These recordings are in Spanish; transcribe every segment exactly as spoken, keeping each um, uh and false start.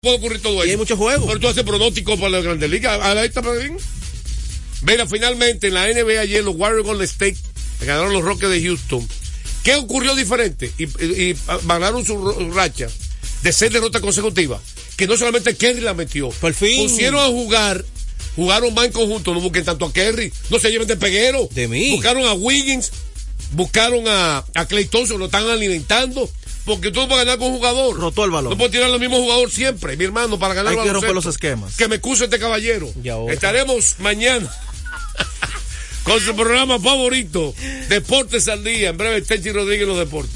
puede ocurrir todo eso. Y hay muchos juegos. Pero tú haces pronósticos para las grandes ligas. A la esta, mira, finalmente en la N B A ayer los Warriors Golden State ganaron los Rockets de Houston. ¿Qué ocurrió diferente? Y, y, y ganaron su racha de seis derrotas consecutivas. Que no solamente Kerry la metió. Por fin. Pusieron a jugar, jugaron más en conjunto. No busquen tanto a Kerry. No se lleven de peguero. De mí. Buscaron a Wiggins. Buscaron a, a Klay Thompson. Lo están alimentando. Porque tú no puedes ganar con un jugador. Rotó el balón. No puedes tirar al mismo jugador siempre, mi hermano, para ganar. Hay que romper los esquemas. Que me excuse este caballero. Estaremos mañana con su programa favorito, Deportes al Día. En breve, Tenchi Rodríguez en los deportes.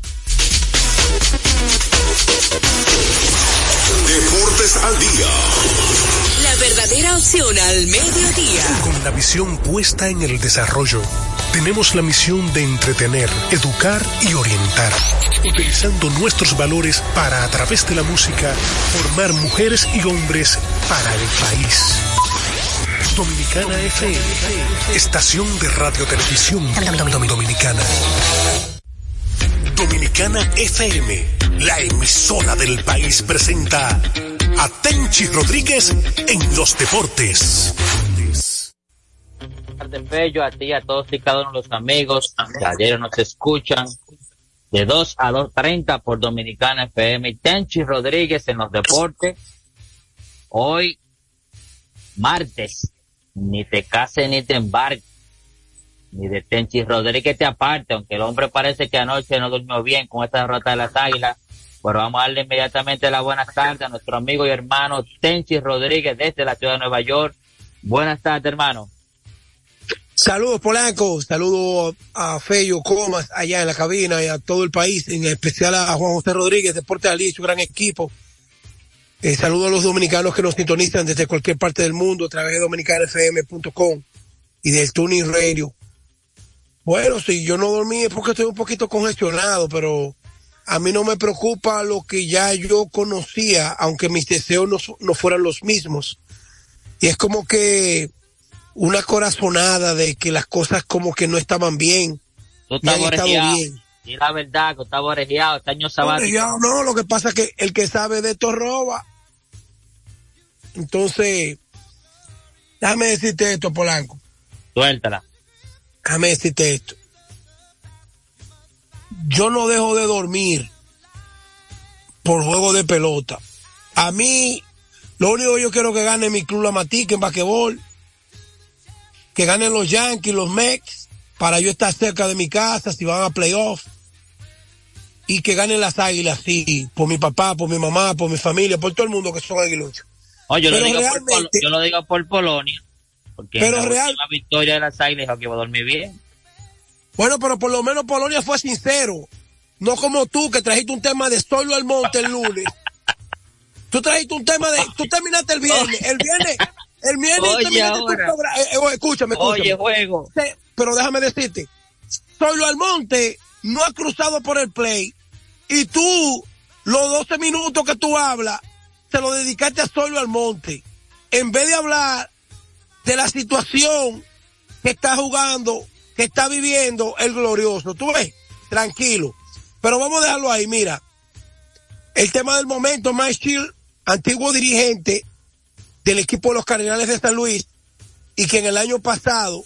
Deportes al Día. La verdadera opción al mediodía. Con la visión puesta en el desarrollo, tenemos la misión de entretener, educar y orientar, utilizando nuestros valores para, a través de la música, formar mujeres y hombres para el país. Dominicana F M, estación de radio televisión dominicana. Dominicana F M, la emisora del país, presenta a Tenchi Rodríguez en los deportes. De Bello, a ti y a todos y cada uno de los amigos que ayer nos escuchan de dos a dos treinta por Dominicana F M. Tenchi Rodríguez en los deportes. Hoy, martes, ni te cases ni te embarques, ni de Tenchi Rodríguez te aparte, aunque el hombre parece que anoche no durmió bien con esta derrota de las Águilas. Pero vamos a darle inmediatamente la buenas tardes a nuestro amigo y hermano Tenchi Rodríguez desde la ciudad de Nueva York. Buenas tardes, hermano. Saludos, Polanco, saludos a Fello Comas allá en la cabina y a todo el país, en especial a Juan José Rodríguez, Deportes al Día y su gran equipo. Eh, saludos a los dominicanos que nos sintonizan desde cualquier parte del mundo a través de dominicana f m punto com y del Tuning Radio. Bueno, si yo no dormí es porque estoy un poquito congestionado, pero a mí no me preocupa lo que ya yo conocía, aunque mis deseos no, no fueran los mismos. Y es como que una corazonada de que las cosas como que no estaban bien. Tú estás orejeado. Y la verdad, que estaba orejeado, este año sabático. No, lo que pasa es que el que sabe de esto roba. Entonces, déjame decirte esto, Polanco. Suéltala. Déjame decirte esto. Yo no dejo de dormir por juego de pelota. A mí, lo único que yo quiero que gane mi club La Matica en basquetbol, que ganen los Yankees, los Mets, para yo estar cerca de mi casa si van a playoff, y que ganen las Águilas, sí, por mi papá, por mi mamá, por mi familia, por todo el mundo que son aguiluchos. Oh, yo, lo digo por, yo lo digo por Polonia, porque pero en la real, última victoria de las Águilas dijo que iba a dormir bien. Bueno, pero por lo menos Polonia fue sincero, no como tú que trajiste un tema de Solo al Monte el lunes. Tú trajiste un tema de, tú terminaste el viernes, el viernes, el viernes Oye, terminaste tu programa. Eh, eh, escúchame, escúchame. Oye, juego. Pero déjame decirte, Solo al Monte no ha cruzado por el play y tú, los doce minutos que tú hablas, te lo dedicaste a Solo al Monte. En vez de hablar de la situación que está jugando, que está viviendo el glorioso. Tú ves, tranquilo. Pero vamos a dejarlo ahí, mira. El tema del momento, Mike Shield, antiguo dirigente del equipo de los Cardenales de San Luis, y que en el año pasado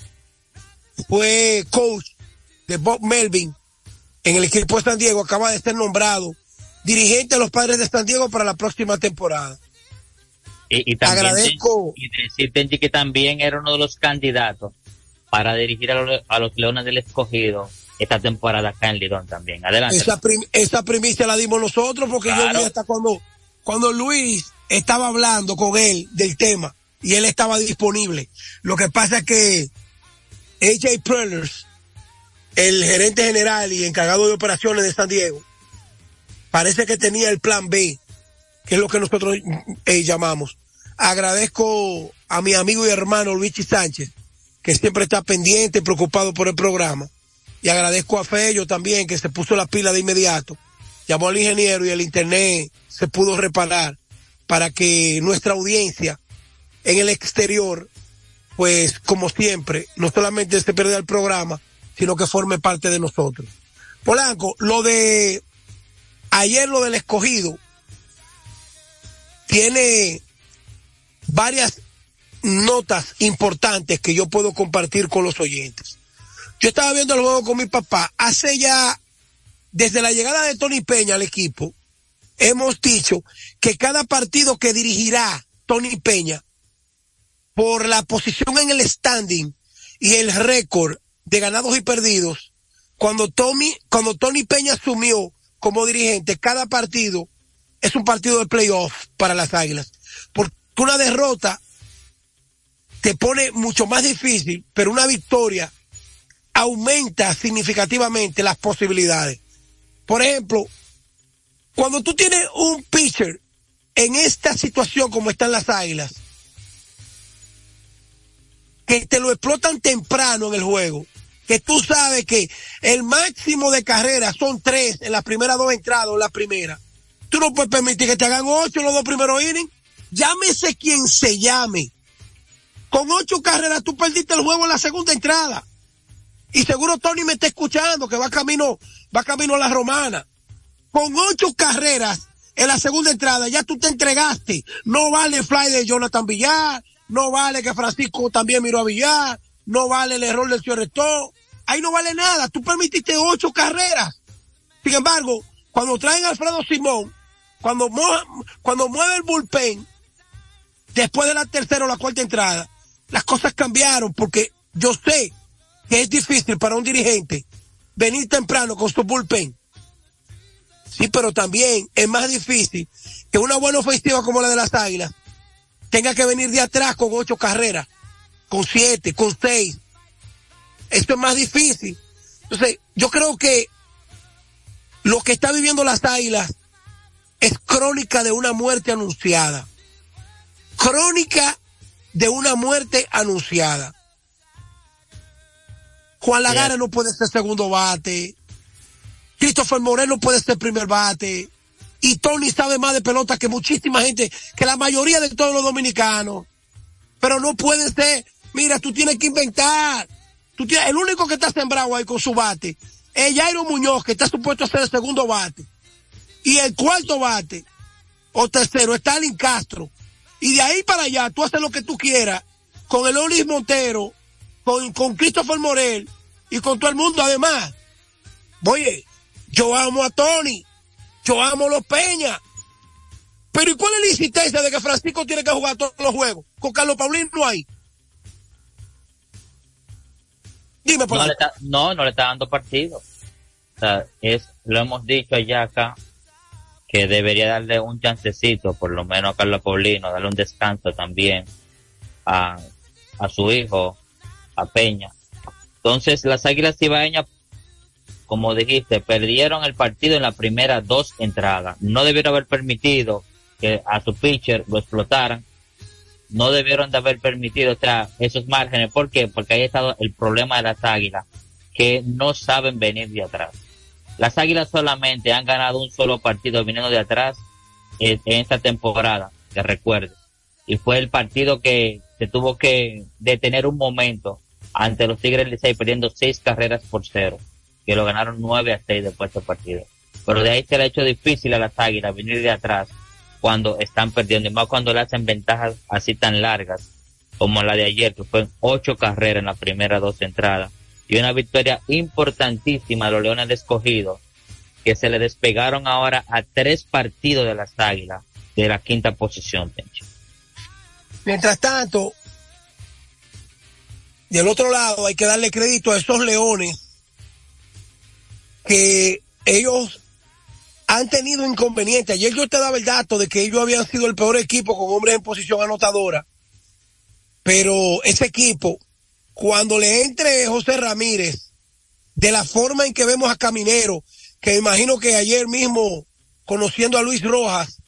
fue coach de Bob Melvin en el equipo de San Diego, acaba de ser nombrado dirigente de los Padres de San Diego para la próxima temporada. Y, y también agradezco y decirte que también era uno de los candidatos para dirigir a los, a los Leones del Escogido esta temporada acá en Lidón también. Adelante. Esa, prim, esa primicia la dimos nosotros porque claro. Yo vi hasta cuando, cuando Luis estaba hablando con él del tema y él estaba disponible. Lo que pasa es que A J Prellers, el gerente general y encargado de operaciones de San Diego, parece que tenía el plan B, que es lo que nosotros eh, llamamos. Agradezco a mi amigo y hermano Luigi Sánchez, que siempre está pendiente y preocupado por el programa. Y agradezco a Fello también, que se puso la pila de inmediato. Llamó al ingeniero y el internet se pudo reparar para que nuestra audiencia en el exterior, pues como siempre, no solamente se pierda el programa, sino que forme parte de nosotros. Polanco, lo de ayer, lo del Escogido, tiene varias notas importantes que yo puedo compartir con los oyentes. Yo estaba viendo el juego con mi papá. Hace ya, desde la llegada de Tony Peña al equipo, hemos dicho que cada partido que dirigirá Tony Peña, por la posición en el standing y el récord de ganados y perdidos, cuando Tommy, cuando Tony Peña asumió como dirigente, cada partido es un partido de playoff para las Águilas. Porque una derrota te pone mucho más difícil, pero una victoria aumenta significativamente las posibilidades. Por ejemplo, cuando tú tienes un pitcher en esta situación como están las Águilas, que te lo explotan temprano en el juego, que tú sabes que el máximo de carreras son tres en las primeras dos entradas o en la primera, tú no puedes permitir que te hagan ocho en los dos primeros innings. Llámese quien se llame. Con ocho carreras tú perdiste el juego en la segunda entrada. Y seguro Tony me está escuchando, que va camino, va camino a la Romana. Con ocho carreras en la segunda entrada, ya tú te entregaste. No vale el fly de Jonathan Villar, no vale que Francisco también miró a Villar, no vale el error del señor Rector. Ahí no vale nada, tú permitiste ocho carreras. Sin embargo, cuando traen a Alfredo Simón, cuando, cuando mueve el bullpen, después de la tercera o la cuarta entrada, las cosas cambiaron, porque yo sé que es difícil para un dirigente venir temprano con su bullpen. Sí, pero también es más difícil que una buena ofensiva como la de las Águilas tenga que venir de atrás con ocho carreras, con siete, con seis. Esto es más difícil. Entonces, yo creo que lo que está viviendo las Águilas es crónica de una muerte anunciada. Crónica de una muerte anunciada. Juan Lagares no puede ser segundo bate. Christopher Morel no puede ser primer bate. Y Tony sabe más de pelota que muchísima gente, que la mayoría de todos los dominicanos. Pero no puede ser. Mira, tú tienes que inventar. Tú tienes, el único que está sembrado ahí con su bate es Jairo Muñoz, que está supuesto a ser el segundo bate. Y el cuarto bate, o tercero, está Alin Castro. Y de ahí para allá, tú haces lo que tú quieras, con el Olis Montero, con, con Christopher Morel, y con todo el mundo además. Oye, yo amo a Tony, yo amo a los Peña. Pero ¿y cuál es la insistencia de que Francisco tiene que jugar todos los juegos? Con Carlos Paulín no hay. Dime, por no, le está, no, no le está dando partido. O sea, es, lo hemos dicho allá acá, que debería darle un chancecito, por lo menos a Carlos Paulino, darle un descanso también a, a su hijo, a Peña. Entonces, las Águilas Cibaeñas, como dijiste, perdieron el partido en las primeras dos entradas. No debieron haber permitido que a su pitcher lo explotaran. No debieron de haber permitido, o sea, esos márgenes. ¿Por qué? Porque ahí ha estado el problema de las Águilas, que no saben venir de atrás. Las Águilas solamente han ganado un solo partido viniendo de atrás en, en esta temporada, que recuerde. Y fue el partido que se tuvo que detener un momento ante los Tigres del Licey, perdiendo seis carreras por cero, que lo ganaron nueve a seis después de este partido. Pero de ahí se le ha hecho difícil a las Águilas venir de atrás cuando están perdiendo, y más cuando le hacen ventajas así tan largas como la de ayer, que fue ocho carreras en las primeras dos entradas. Y una victoria importantísima de los Leones del Escogido, que se le despegaron ahora a tres partidos de las Águilas de la quinta posición, Tenchi. Mientras tanto, del otro lado hay que darle crédito a esos Leones, que ellos han tenido inconvenientes. Ayer yo te daba el dato de que ellos habían sido el peor equipo con hombres en posición anotadora, pero ese equipo, cuando le entre José Ramírez, de la forma en que vemos a Caminero, que me imagino que ayer mismo, conociendo a Luis Rojas,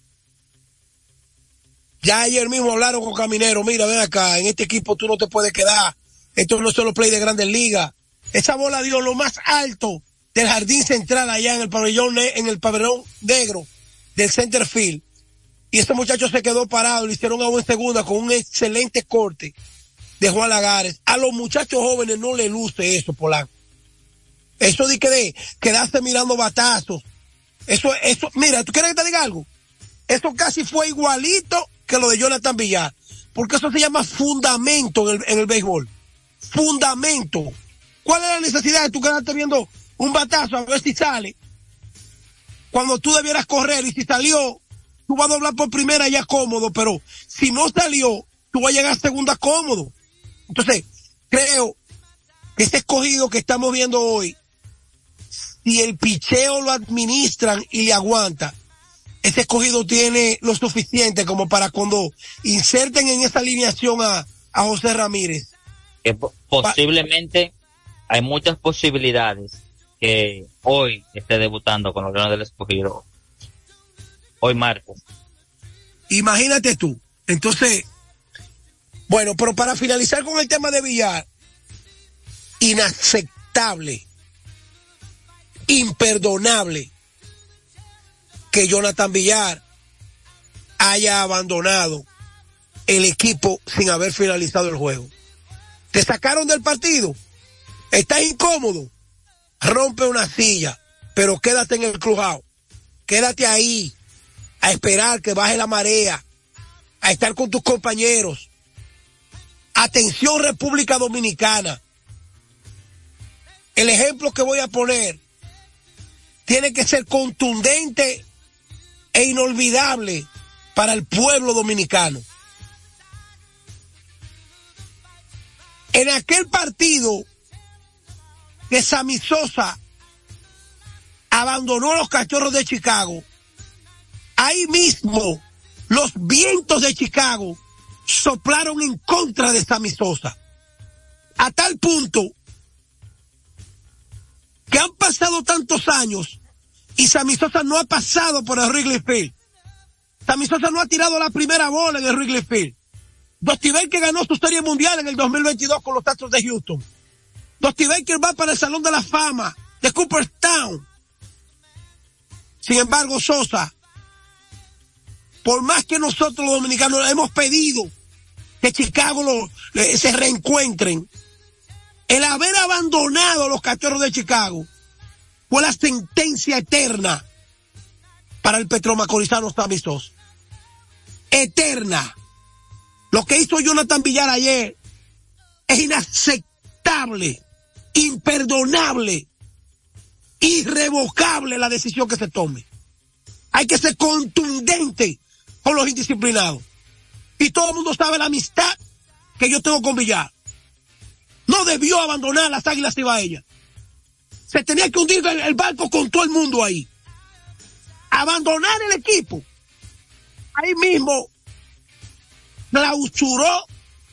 ya ayer mismo hablaron con Caminero, mira, ven acá, en este equipo tú no te puedes quedar, esto no es solo play de Grandes Ligas. Esa bola dio lo más alto del jardín central allá en el pabellón, en el pabellón negro del center field. Y ese muchacho se quedó parado, le hicieron a en segunda con un excelente corte de Juan Lagares. A los muchachos jóvenes no le luce eso, Polanco. Eso de que de quedarse mirando batazos. Eso, eso, mira, ¿tú quieres que te diga algo? eso casi fue igualito que lo de Jonathan Villar, porque eso se llama fundamento en el, en el béisbol. Fundamento. ¿Cuál es la necesidad de tú quedarte viendo un batazo a ver si sale? Cuando tú debieras correr, y si salió, tú vas a doblar por primera ya cómodo, pero si no salió, tú vas a llegar a segunda cómodo. Entonces, creo que ese escogido que estamos viendo hoy, si el picheo lo administran y le aguanta, ese escogido tiene lo suficiente como para cuando inserten en esa alineación a, a José Ramírez. Que posiblemente hay muchas posibilidades que hoy esté debutando con los Leones del Escogido. Hoy martes. Imagínate tú. Entonces, bueno, pero para finalizar con el tema de Villar, inaceptable, imperdonable que Jonathan Villar haya abandonado el equipo sin haber finalizado el juego. Te sacaron del partido, estás incómodo, rompe una silla, pero quédate en el clubhouse, quédate ahí a esperar que baje la marea, a estar con tus compañeros. Atención, República Dominicana, el ejemplo que voy a poner tiene que ser contundente e inolvidable para el pueblo dominicano. En aquel partido que Sammy Sosa abandonó a los Cachorros de Chicago, ahí mismo los vientos de Chicago soplaron en contra de Sammy Sosa, a tal punto que han pasado tantos años y Sammy Sosa no ha pasado por el Wrigley Field. Sammy Sosa no ha tirado la primera bola en el Wrigley Field. Dusty Baker ganó su serie mundial en el dos mil veintidós con los Astros de Houston. Dusty Baker va para el Salón de la Fama de Cooperstown. Sin embargo, Sosa, por más que nosotros los dominicanos hemos pedido que Chicago lo, le, se reencuentren, el haber abandonado a los Cachorros de Chicago fue la sentencia eterna para el petromacorizano Sammy Sosa. Eterna. Lo que hizo Jonathan Villar ayer es inaceptable, imperdonable, irrevocable la decisión que se tome. Hay que ser contundente con los indisciplinados. Y todo el mundo sabe la amistad que yo tengo con Villar. No debió abandonar las Águilas Cibaeñas. Se tenía que hundir el, el barco con todo el mundo ahí. Abandonar el equipo. Ahí mismo clausuró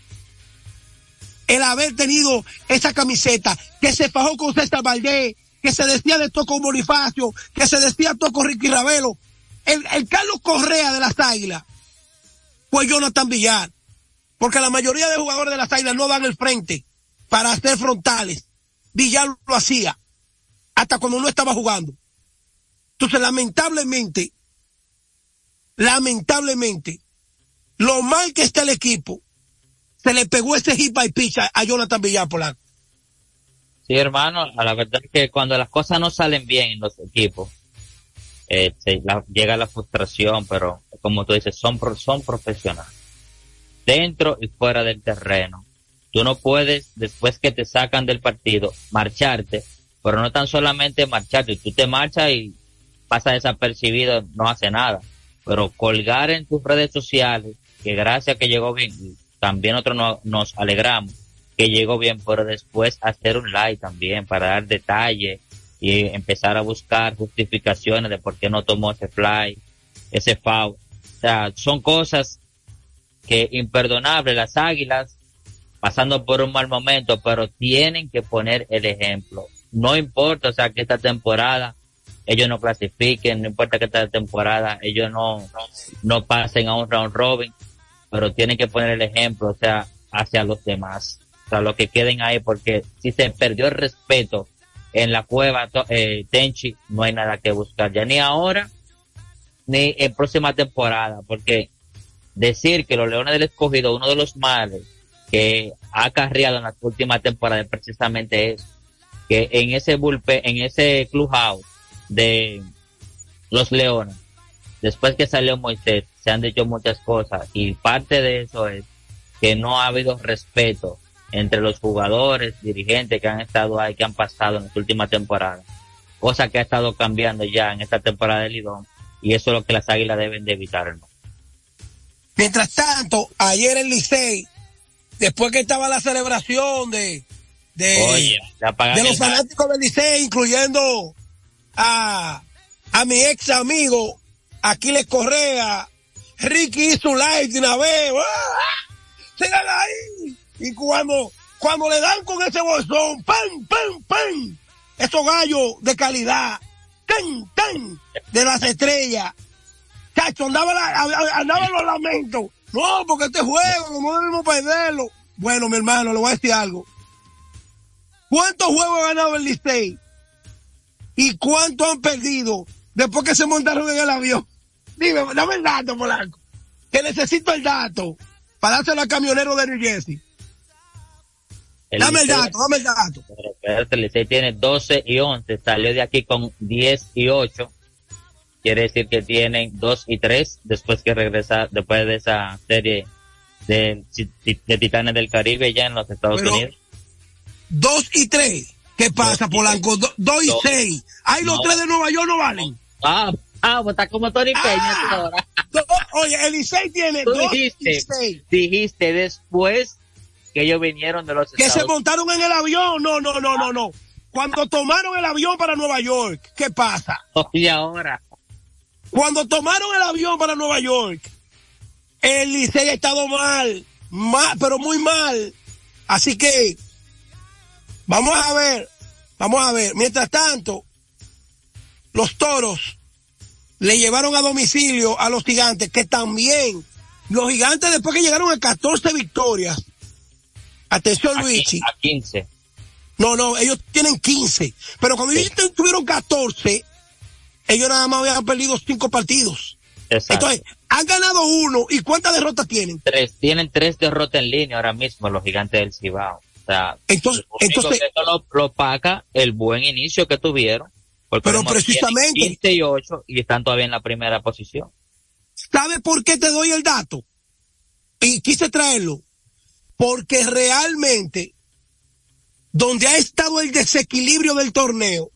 el haber tenido esa camiseta que se fajó con César Valdés, que se decía de Toco Bonifacio, que se decía Toco Ricky Ravelo. El, el Carlos Correa de las Águilas fue Jonathan Villar, porque la mayoría de jugadores de las Águilas no dan el frente para hacer frontales. Villar lo hacía hasta cuando no estaba jugando. Entonces, lamentablemente, lamentablemente, lo mal que está el equipo, se le pegó ese hit by pitch a, a Jonathan Villar, Polanco. Sí, hermano, a la verdad es que cuando las cosas no salen bien en los equipos, eh, se, la, llega la frustración, pero como tú dices, son, son profesionales. Dentro y fuera del terreno. Tú no puedes, después que te sacan del partido, marcharte, pero no tan solamente marcharte, tú te marchas y pasa desapercibido, no hace nada. Pero colgar en tus redes sociales, que gracias que llegó bien, y también nosotros no, nos alegramos que llegó bien, pero después hacer un live también para dar detalles y empezar a buscar justificaciones de por qué no tomó ese fly, ese foul. O sea, son cosas que imperdonables. Las Águilas pasando por un mal momento, pero tienen que poner el ejemplo. No importa, o sea, que esta temporada ellos no clasifiquen, no importa que esta temporada ellos no, no pasen a un round robin, pero tienen que poner el ejemplo, o sea, hacia los demás, o sea, los que queden ahí, porque si se perdió el respeto en la cueva, eh, Tenchi, no hay nada que buscar, ya ni ahora, ni en próxima temporada, porque decir que los Leones del Escogido, uno de los males que ha acarreado en las últimas temporadas, precisamente es que en ese bullpen, en ese clubhouse de los Leones, después que salió Moisés, se han dicho muchas cosas y parte de eso es que no ha habido respeto entre los jugadores, dirigentes que han estado ahí, que han pasado en las últimas temporadas, cosa que ha estado cambiando ya en esta temporada de Lidón, y eso es lo que las Águilas deben de evitar, ¿no? Mientras tanto, ayer el Licey, después que estaba la celebración de de, Oye, de los fanáticos del Licey, incluyendo a, a mi ex amigo Aquiles Correa, Ricky hizo live de una vez, ¡ah! ¡Sigan ahí! Y cuando, cuando le dan con ese bolsón, ¡pam, pam, pam! Esos gallos de calidad, ¡tan, tan! De las estrellas, chacho, andaba, la, andaba los lamentos. No, porque este juego no debemos perderlo. Bueno, mi hermano, le voy a decir algo. ¿Cuántos juegos ha ganado el Licey? ¿Y cuántos han perdido después que se montaron en el avión? Dime, dame el dato, Polanco. Que necesito el dato para dárselo al camionero de New Jersey. El dame Licey, el dato, dame el dato. Pero el Licey tiene doce y once, salió de aquí con diez y ocho. Quiere decir que tienen dos y tres después que regresa, después de esa serie de, de Titanes del Caribe ya en los Estados Pero, Unidos. Dos y tres. ¿Qué pasa, dos Polanco? Do, dos y dos. seis. Ahí los no. tres de Nueva York no valen. Ah, ah, pues está como Tony Peña ah, ahora. Do, oye, el Licey tiene Tú dos dijiste, y seis. Dijiste después que ellos vinieron de los que Estados se montaron en el avión. No, no, no, no, no. Cuando tomaron el avión para Nueva York, ¿qué pasa? Y ahora. Cuando tomaron el avión para Nueva York, el Licey ha estado mal, mal, pero muy mal. Así que, vamos a ver, vamos a ver. Mientras tanto, los Toros le llevaron a domicilio a los Gigantes, que también, los Gigantes después que llegaron a catorce victorias, atención Luigi. A quince. No, no, ellos tienen quince, pero cuando sí. ellos tuvieron catorce, ellos nada más habían perdido cinco partidos. Exacto. Entonces, han ganado uno, ¿y cuántas derrotas tienen? Tres, tienen tres derrotas en línea ahora mismo los Gigantes del Cibao. O sea, entonces, entonces que esto lo, lo paga el buen inicio que tuvieron. Pero precisamente. quince y ocho y están todavía en la primera posición. ¿Sabe por qué te doy el dato? Y quise traerlo. Porque realmente, donde ha estado el desequilibrio del torneo,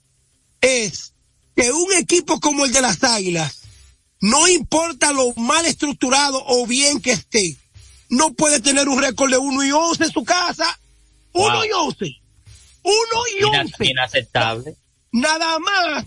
es que un equipo como el de las Águilas, no importa lo mal estructurado o bien que esté, no puede tener un récord de uno y once en su casa. uno wow. y once. uno y once. Inaceptable. Nada más.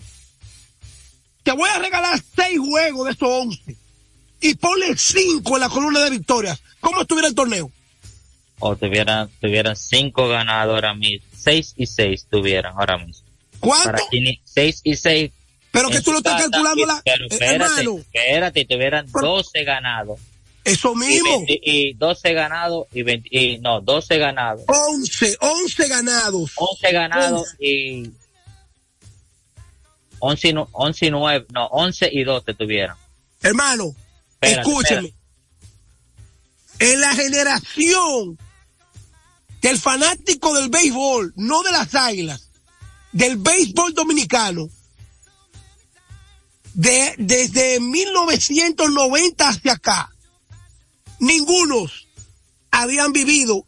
Te voy a regalar seis juegos de esos once. Y ponle cinco en la columna de victorias. ¿Cómo estuviera el torneo? O tuvieran, tuvieran cinco ganados ahora mismo. Seis y seis tuvieran ahora mismo. ¿Cuánto? Para quien, seis y seis. Pero que tú lo estás calculando y, la... Pero espérate, hermano, espérate, tuvieran pero, doce ganados. Eso mismo. Y, veinte, y doce ganados y veinte, y no, doce ganados. once, once ganados. once ganados once. Y once, once y nueve, no, once y doce tuvieron. Hermano, espérate, escúcheme. Espérate. En la generación que el fanático del béisbol, no de las Águilas, del béisbol dominicano, de, desde mil novecientos noventa hacia acá, ningunos habían vivido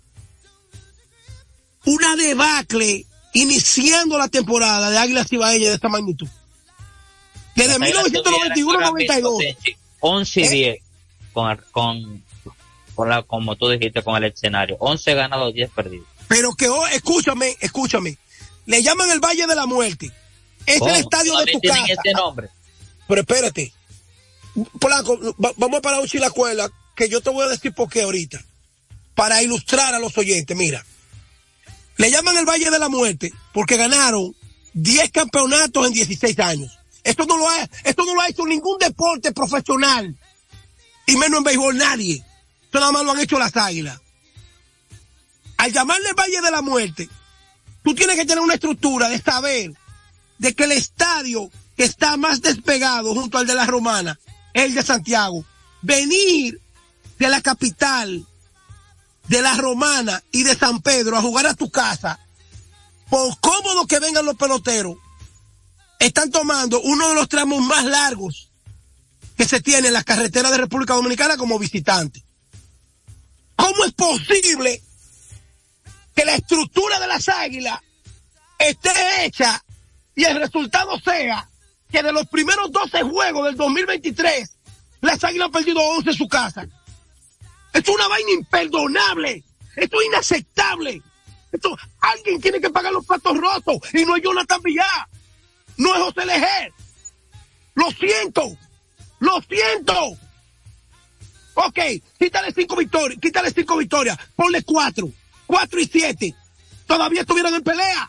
una debacle iniciando la temporada de Águilas Cibaeñas de esta magnitud. Desde mil novecientos noventa y uno a noventa y dos. once y diez con, con, con la, como tú dijiste, con el escenario. once ganados, diez perdidos. Pero que, oh, escúchame, escúchame. Le llaman el Valle de la Muerte. Es ¿Cómo? El estadio de tu casa. Ese nombre? Pero espérate. Polanco, va, vamos a parar un chilacuela, que yo te voy a decir por qué ahorita. Para ilustrar a los oyentes, mira. Le llaman el Valle de la Muerte porque ganaron diez campeonatos en dieciséis años. Esto no lo ha, esto no lo ha hecho ningún deporte profesional. Y menos en béisbol nadie. Esto nada más lo han hecho las Águilas. Al llamarle Valle de la Muerte, tú tienes que tener una estructura de saber de que el estadio que está más despegado junto al de la Romana es el de Santiago. Venir de la capital, de la Romana y de San Pedro a jugar a tu casa, por cómodo que vengan los peloteros, están tomando uno de los tramos más largos que se tiene en las carreteras de República Dominicana como visitante. ¿Cómo es posible que la estructura de las Águilas esté hecha y el resultado sea que de los primeros doce juegos del dos mil veintitrés, las Águilas han perdido once en su casa? Esto es una vaina imperdonable. Esto es inaceptable. Esto, alguien tiene que pagar los platos rotos y no es Jonathan Villar, no es José Leger. Lo siento, lo siento. Ok, quítale cinco victorias, quítale cinco victorias, ponle cuatro, cuatro y siete. Todavía estuvieran en pelea.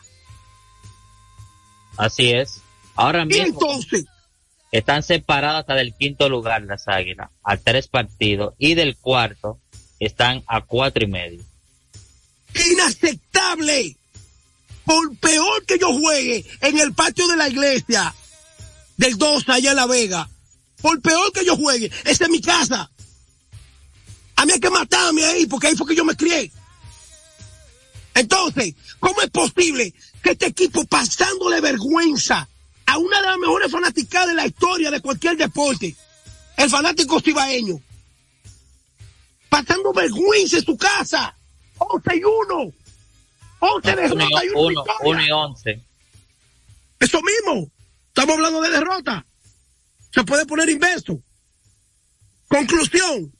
Así es. Ahora Y mismo entonces, están separadas hasta del quinto lugar las Águilas, a tres partidos, y del cuarto están a cuatro y medio. inaceptable. Por peor que yo juegue en el patio de la iglesia del dos allá en La Vega, por peor que yo juegue, esa es mi casa. A mí hay que matarme ahí, porque ahí fue que yo me crié. Entonces, ¿cómo es posible que este equipo, pasándole vergüenza a una de las mejores fanaticadas de la historia de cualquier deporte, el fanático cibaeño, pasando vergüenza en su casa, once y uno, once derrotas y una victoria? uno y once. Eso mismo, estamos hablando de derrota. Se puede poner inverso. Conclusión.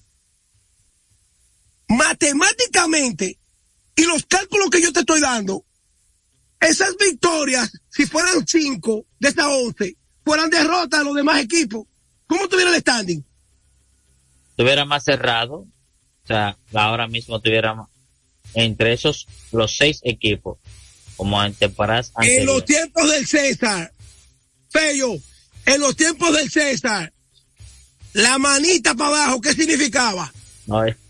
Matemáticamente, y los cálculos que yo te estoy dando, esas victorias, si fueran cinco de esas once, fueran derrotas a los demás equipos, ¿cómo tuviera el standing? Tuviera más cerrado, o sea, ahora mismo tuviera más, entre esos, los seis equipos, como en temporadas anteriores. En los tiempos del César, Fello, en los tiempos del César, la manita para abajo, ¿qué significaba? No, ¿Eh?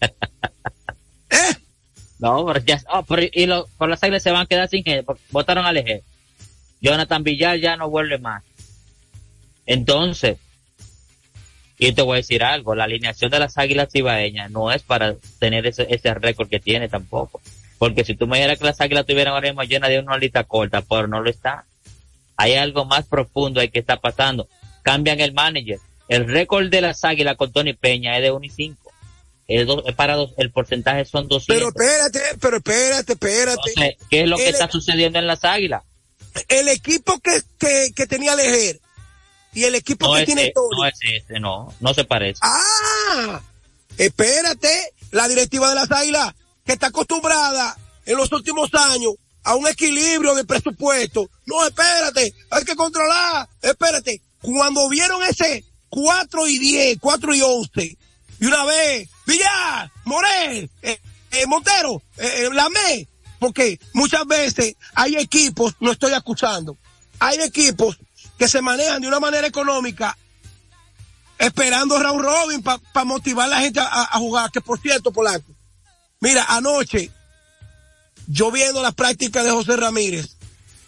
no, pero ya, oh, pero, y lo, por las Águilas se van a quedar sin gente, porque votaron a Leger. Jonathan Villar ya no vuelve más. Entonces, y te voy a decir algo, la alineación de las Águilas cibaeñas no es para tener ese, ese récord que tiene tampoco. Porque si tú me dijeras que las Águilas tuvieran ahora mismo llena de una lista corta, pero no lo está. Hay algo más profundo ahí que está pasando. Cambian el manager. El récord de las Águilas con Tony Peña es de uno y cinco. Es, do, es para dos, el porcentaje son doscientos. Pero espérate, pero espérate, espérate. Entonces, ¿qué es lo que el, está sucediendo en las Águilas? El equipo que, que, que tenía Leger y el equipo no que es tiene este, Tony. No es este, no, no se parece. Ah, espérate, la directiva de las Águilas, que está acostumbrada en los últimos años a un equilibrio de presupuesto. No, espérate, hay que controlar, espérate. Cuando vieron ese cuatro y diez, cuatro y once, y una vez, Villar, Morel, eh, eh, Montero, eh, Lamé, porque muchas veces hay equipos, no estoy acusando, hay equipos que se manejan de una manera económica, esperando round robin para pa motivar a la gente a, a jugar. Que por cierto, Polanco, mira, anoche, yo viendo las prácticas de José Ramírez,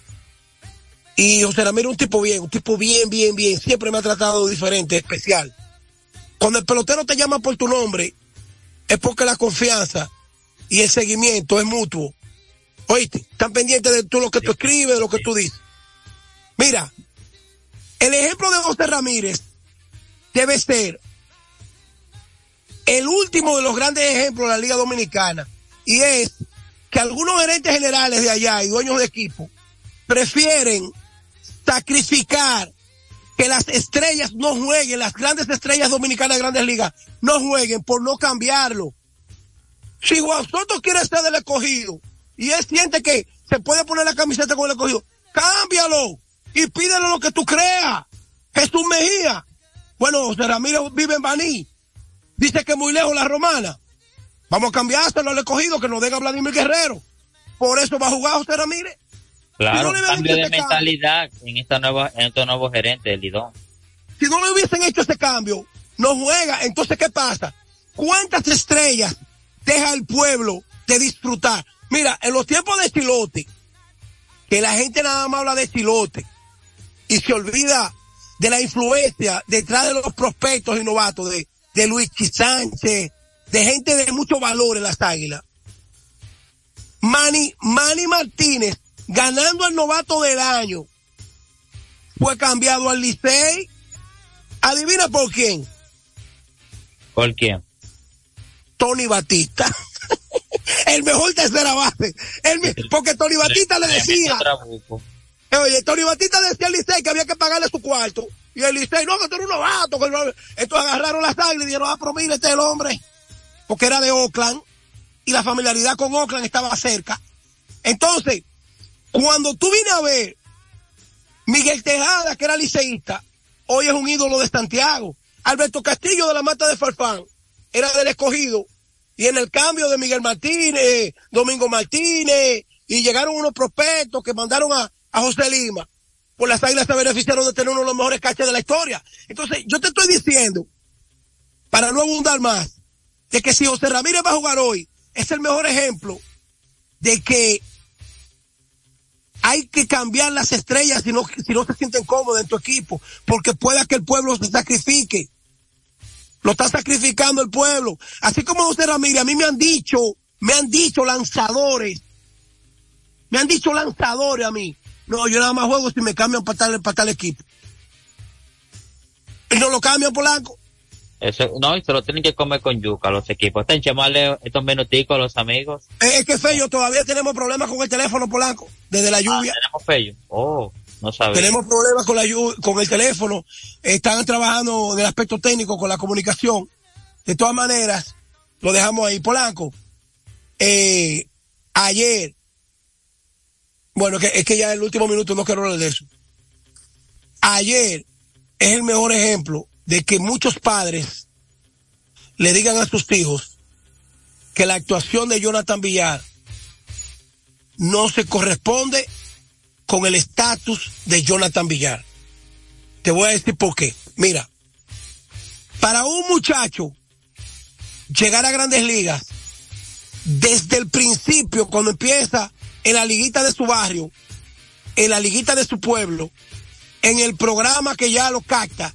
y José Ramírez es un tipo bien, un tipo bien, bien, bien, siempre me ha tratado diferente, especial. Cuando el pelotero te llama por tu nombre, es porque la confianza y el seguimiento es mutuo. Oíste, están pendientes de tú lo que tú escribes, de lo que tú dices. Mira, el ejemplo de José Ramírez debe ser el último de los grandes ejemplos de la Liga Dominicana, y es que algunos gerentes generales de allá y dueños de equipo prefieren sacrificar que las estrellas no jueguen, las grandes estrellas dominicanas de Grandes Ligas no jueguen por no cambiarlo. Si Juan Soto quiere ser del Escogido y él siente que se puede poner la camiseta con el Escogido, cámbialo y pídele lo que tú creas. Jesús Mejía, bueno, José Ramírez vive en Baní, dice que muy lejos la Romana, vamos a cambiárselo al Escogido, que nos den a Vladimir Guerrero. Por eso va a jugar José Ramírez. Claro, si no cambio de este mentalidad cambio, en esta nueva, en estos nuevos gerentes del Lidón. Si no le hubiesen hecho ese cambio, no juega. Entonces, ¿qué pasa? ¿Cuántas estrellas deja el pueblo de disfrutar? Mira, en los tiempos de Chilote, que la gente nada más habla de Chilote y se olvida de la influencia detrás de los prospectos y novatos de, de Luigi Sánchez, de gente de mucho valor en las Águilas. Manny, Manny Martínez, ganando el novato del año, fue cambiado al Licey ¿Adivina por quién? ¿Por quién? Tony Batista. El mejor tercera base. El, porque Tony Batista le decía... Oye, Tony Batista decía al Licey que había que pagarle su cuarto. Y el Licey, no, que tú eres un novato. Que no... Entonces agarraron las águilas y dijeron, ah, pero mira, este es el hombre. Porque era de Oakland. Y la familiaridad con Oakland estaba cerca. Entonces, cuando tú vienes a ver Miguel Tejada, que era liceísta, hoy es un ídolo de Santiago. Alberto Castillo de la Mata de Farfán era del Escogido. Y en el cambio de Miguel Martínez, Domingo Martínez, y llegaron unos prospectos que mandaron a, a José Lima, pues las Águilas se beneficiaron de tener uno de los mejores catchers de la historia. Entonces, yo te estoy diciendo, para no abundar más, de que si José Ramírez va a jugar hoy, es el mejor ejemplo de que hay que cambiar las estrellas si no, si no se sienten cómodos en tu equipo, porque pueda que el pueblo se sacrifique. Lo está sacrificando el pueblo. Así como José Ramírez, a mí me han dicho, me han dicho lanzadores, me han dicho lanzadores a mí. No, yo nada más juego si me cambian para tal, para tal equipo. Y no lo cambian, Polanco. Eso, no, y se lo tienen que comer con yuca los equipos. Están llamarle estos minuticos a los amigos. Es, es que Fello, todavía tenemos problemas con el teléfono, Polanco, desde la lluvia. Ah, tenemos Fello. Oh, no sabía. Tenemos problemas con la lluvia, con el teléfono. Están trabajando en el aspecto técnico con la comunicación. De todas maneras, lo dejamos ahí. Polanco, eh, ayer, bueno, que, es que ya en el último minuto no quiero hablar de eso. Ayer es el mejor ejemplo de que muchos padres le digan a sus hijos que la actuación de Jonathan Villar no se corresponde con el estatus de Jonathan Villar. Te voy a decir por qué. Mira, para un muchacho llegar a Grandes Ligas, desde el principio, cuando empieza en la liguita de su barrio, en la liguita de su pueblo, en el programa que ya lo capta,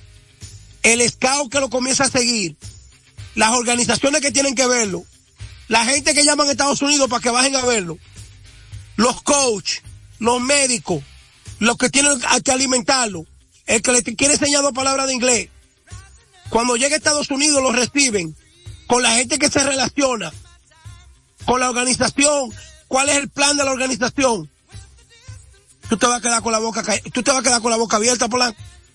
el scout que lo comienza a seguir, las organizaciones que tienen que verlo, la gente que llaman a Estados Unidos para que bajen a verlo, los coaches, los médicos, los que tienen que alimentarlo, el que le quiere enseñar dos palabras de inglés. Cuando llega a Estados Unidos lo reciben con la gente que se relaciona, con la organización, cuál es el plan de la organización. Tú te vas a quedar con la boca, tú te vas a quedar con la boca abierta, Polanco.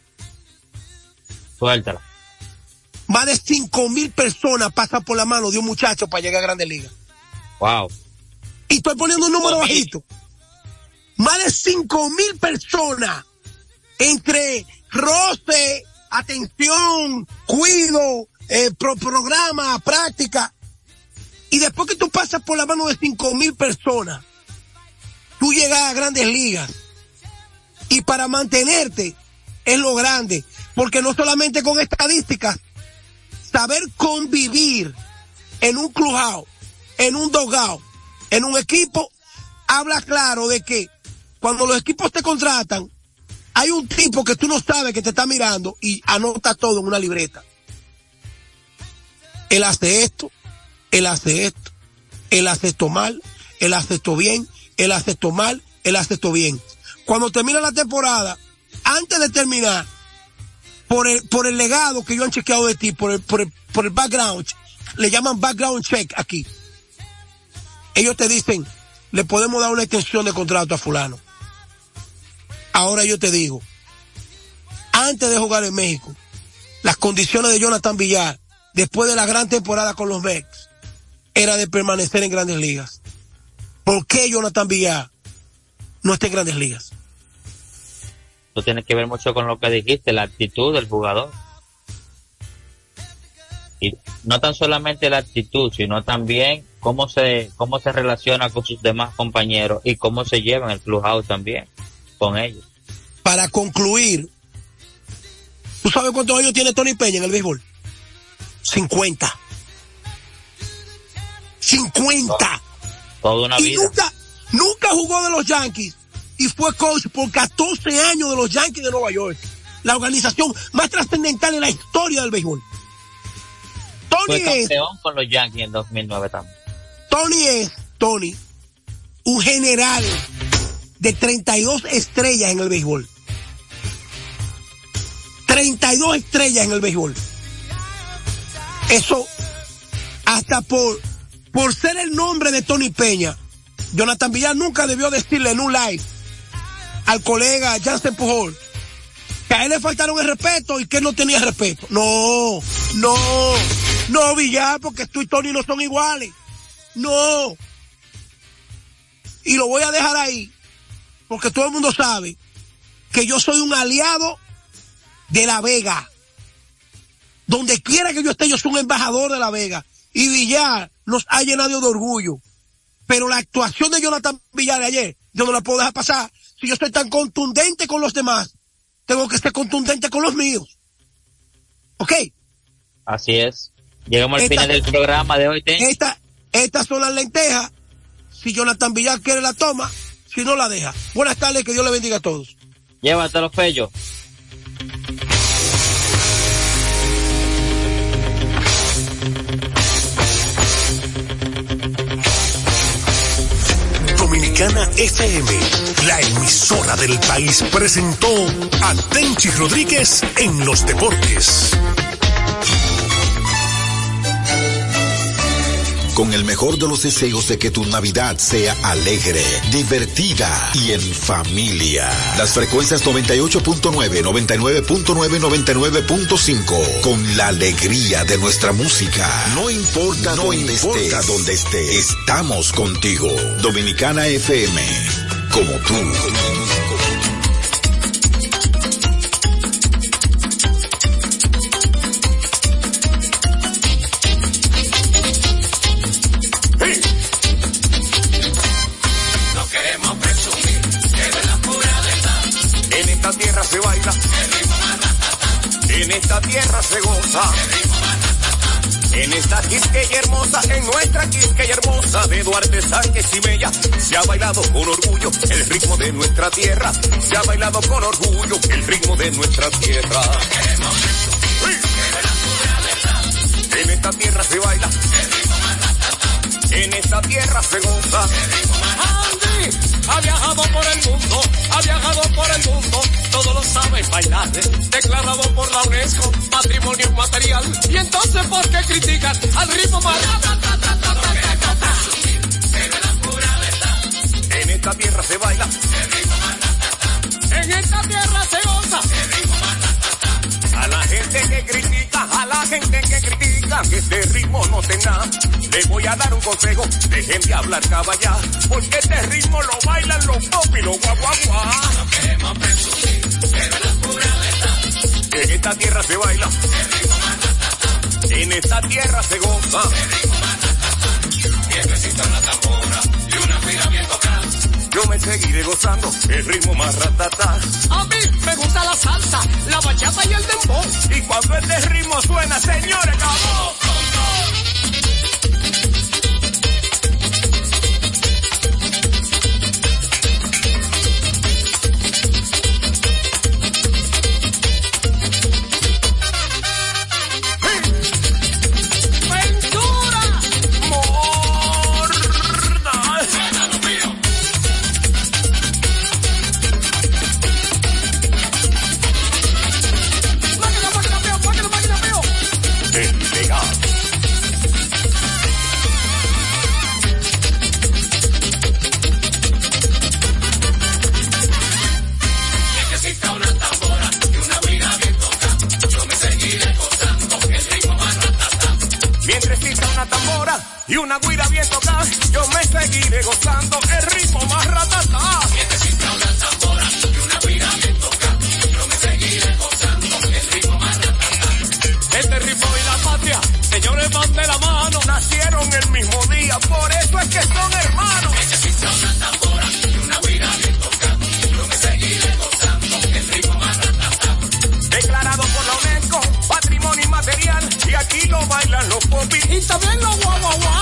Suéltala. Más de cinco mil personas pasan por la mano de un muchacho para llegar a Grandes Ligas. Wow. Y estoy poniendo un número bajito. Más de cinco mil personas entre roce, atención, cuido, eh, pro programa, práctica. Y después que tú pasas por la mano de cinco mil personas, tú llegas a Grandes Ligas. Y para mantenerte es lo grande. Porque no solamente con estadísticas, saber convivir en un clubhouse, en un dugout, en un equipo, habla claro de que cuando los equipos te contratan, hay un tipo que tú no sabes que te está mirando y anota todo en una libreta. Él hace esto, él hace esto, él hace esto mal, él hace esto bien, él hace esto mal, él hace esto bien. Cuando termina la temporada, antes de terminar, por el, por el legado que ellos han chequeado de ti, por el, por el, por el background, le llaman background check aquí. Ellos te dicen, le podemos dar una extensión de contrato a fulano. Ahora yo te digo, antes de jugar en México, las condiciones de Jonathan Villar, después de la gran temporada con los Mets, era de permanecer en Grandes Ligas. ¿Por qué Jonathan Villar no está en Grandes Ligas? Eso tiene que ver mucho con lo que dijiste, la actitud del jugador. Y no tan solamente la actitud, sino también cómo se cómo se relaciona con sus demás compañeros y cómo se lleva en el clubhouse también con ellos. Para concluir, ¿tú sabes cuántos años tiene Tony Peña en el béisbol? cincuenta. cincuenta. Toda una y vida. Nunca, nunca jugó de los Yankees. Y fue coach por catorce años de los Yankees de Nueva York. La organización más trascendental en la historia del béisbol. Tony fue es... campeón con los Yankees en dos mil nueve también. Tony es, Tony, un general de treinta y dos estrellas en el béisbol. treinta y dos estrellas en el béisbol. Eso, hasta por, por ser el nombre de Tony Peña, Jonathan Villar nunca debió decirle en un live al colega Jansen Pujols que a él le faltaron el respeto y que él no tenía respeto. No, no, no, Villar, porque tú y Tony no son iguales. No. Y lo voy a dejar ahí, porque todo el mundo sabe que yo soy un aliado de La Vega. Donde quiera que yo esté, yo soy un embajador de La Vega. Y Villar nos ha llenado de orgullo. Pero la actuación de Jonathan Villar de ayer, yo no la puedo dejar pasar. Si yo soy tan contundente con los demás, tengo que ser contundente con los míos. ¿Ok? Así es. Llegamos al esta, final del programa de hoy. Esta, estas son las lentejas. Si Jonathan Villar quiere la toma, si no la deja. Buenas tardes, que Dios le bendiga a todos. Llévatelo, Fello. Dominicana F M, la emisora del país, presentó a Tenchi Rodríguez en los deportes. Con el mejor de los deseos de que tu Navidad sea alegre, divertida y en familia. Las frecuencias noventa y ocho punto nueve, noventa y nueve punto nueve, noventa y nueve punto cinco. Con la alegría de nuestra música. No importa, no dónde, importa estés, dónde estés, estamos contigo. Dominicana F M, como tú. Se baila, en esta tierra se goza, en esta Quisqueya hermosa, en nuestra Quisqueya hermosa de Duarte, Sánchez y Mella, se ha bailado con orgullo el ritmo de nuestra tierra, se ha bailado con orgullo el ritmo de nuestra tierra. Sí. En esta tierra se baila, en esta tierra se goza. Andy ha viajado por el mundo, ha viajado por el mundo, todo lo sabe bailar, declarado por la UNESCO, patrimonio inmaterial. Y entonces, ¿por qué critican al ritmo más? En esta tierra se baila, en esta tierra se goza. A la gente que critica, a la gente que critica que este ritmo no tenga, le voy a dar un consejo, dejen de hablar caballá, porque este ritmo lo bailan los pop y los guaguaguá. No queremos presumir, pero la pura verdad. En esta tierra se baila, en esta tierra se goza. Y necesita una tambora y una fila bien tocada. Yo me seguiré gozando el ritmo más ratata. A mí me gusta la salsa, la bachata y el dembow. Y cuando este ritmo suena, señores, ¡vamos! Y una guira bien tocada, yo me seguiré gozando el ritmo más ratata. Necesita una tambora y una guira bien tocada, yo me seguiré gozando el ritmo más ratata. Este ritmo y la patria, señores, van de la mano, nacieron el mismo día, por eso es que son hermanos. Necesita una tambora y una guira bien tocada, yo me seguiré gozando el ritmo más ratata. Declarado por la UNESCO, patrimonio inmaterial, y aquí lo bailan los popis y también los guau guau guau.